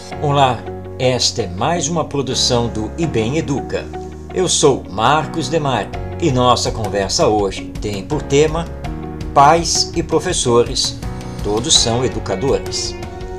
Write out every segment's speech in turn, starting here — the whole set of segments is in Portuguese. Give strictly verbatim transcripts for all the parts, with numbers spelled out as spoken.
Olá, esta é mais uma produção do IBEM Educa. Eu sou Marcos Demário e nossa conversa hoje tem por tema Pais e professores, todos são educadores.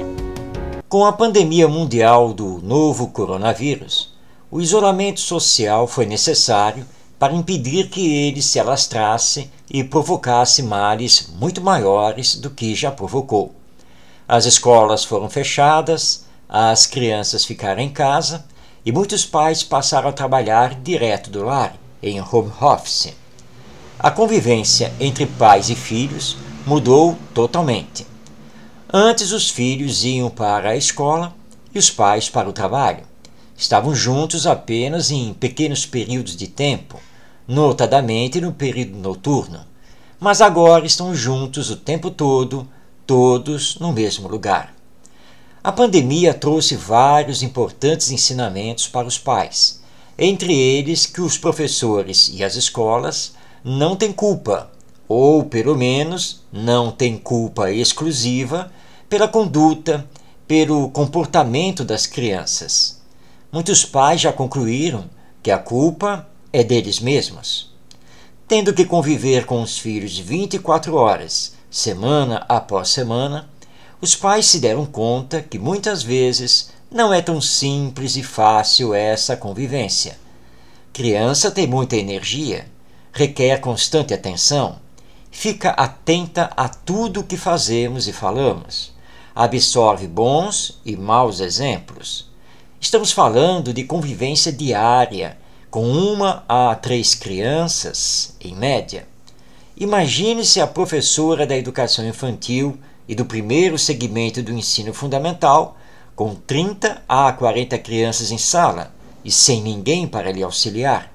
Com a pandemia mundial do novo coronavírus, o isolamento social foi necessário para impedir que ele se alastrasse e provocasse males muito maiores do que já provocou. As escolas foram fechadas, as crianças ficaram em casa e muitos pais passaram a trabalhar direto do lar, em home office. A convivência entre pais e filhos mudou totalmente. Antes os filhos iam para a escola e os pais para o trabalho. Estavam juntos apenas em pequenos períodos de tempo, notadamente no período noturno, mas agora estão juntos o tempo todo, todos no mesmo lugar. A pandemia trouxe vários importantes ensinamentos para os pais, entre eles que os professores e as escolas não têm culpa, ou pelo menos não têm culpa exclusiva, pela conduta, pelo comportamento das crianças. Muitos pais já concluíram que a culpa é deles mesmos. Tendo que conviver com os filhos vinte e quatro horas, semana após semana, os pais se deram conta que muitas vezes não é tão simples e fácil essa convivência. Criança tem muita energia, requer constante atenção, fica atenta a tudo o que fazemos e falamos, absorve bons e maus exemplos. Estamos falando de convivência diária, com uma a três crianças, em média. Imagine se a professora da educação infantil e do primeiro segmento do ensino fundamental, com trinta a quarenta crianças em sala e sem ninguém para lhe auxiliar.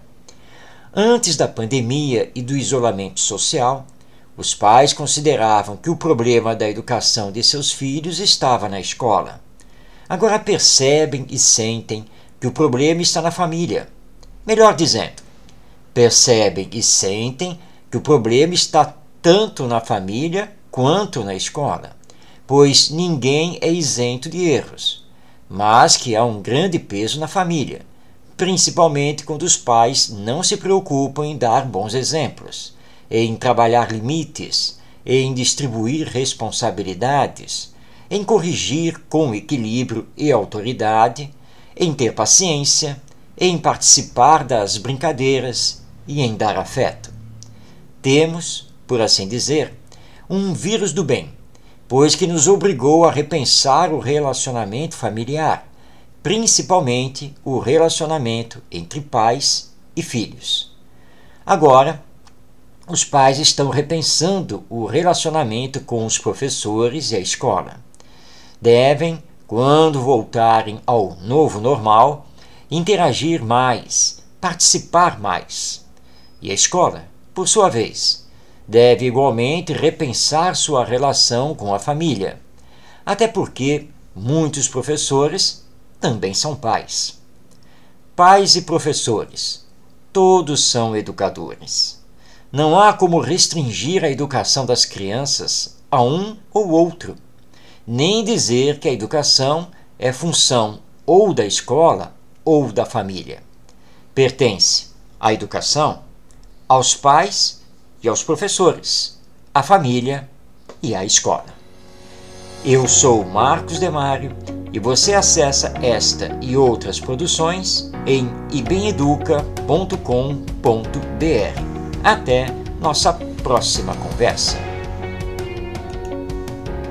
Antes da pandemia e do isolamento social, os pais consideravam que o problema da educação de seus filhos estava na escola. Agora percebem e sentem que o problema está na família. Melhor dizendo, percebem e sentem que o problema está tanto na família quanto na escola, pois ninguém é isento de erros, mas que há um grande peso na família, principalmente quando os pais não se preocupam em dar bons exemplos, em trabalhar limites, em distribuir responsabilidades, em corrigir com equilíbrio e autoridade, em ter paciência, em participar das brincadeiras e em dar afeto. Temos, por assim dizer, um vírus do bem, pois que nos obrigou a repensar o relacionamento familiar, principalmente o relacionamento entre pais e filhos. Agora, os pais estão repensando o relacionamento com os professores e a escola. Devem, quando voltarem ao novo normal, interagir mais, participar mais. E a escola, por sua vez, deve igualmente repensar sua relação com a família, até porque muitos professores também são pais. Pais e professores, todos são educadores. Não há como restringir a educação das crianças a um ou outro, nem dizer que a educação é função ou da escola ou da família. Pertence à educação aos pais e aos professores, à família e à escola. Eu sou Marcos Demário e você acessa esta e outras produções em ibemeduca ponto com ponto br. Até nossa próxima conversa.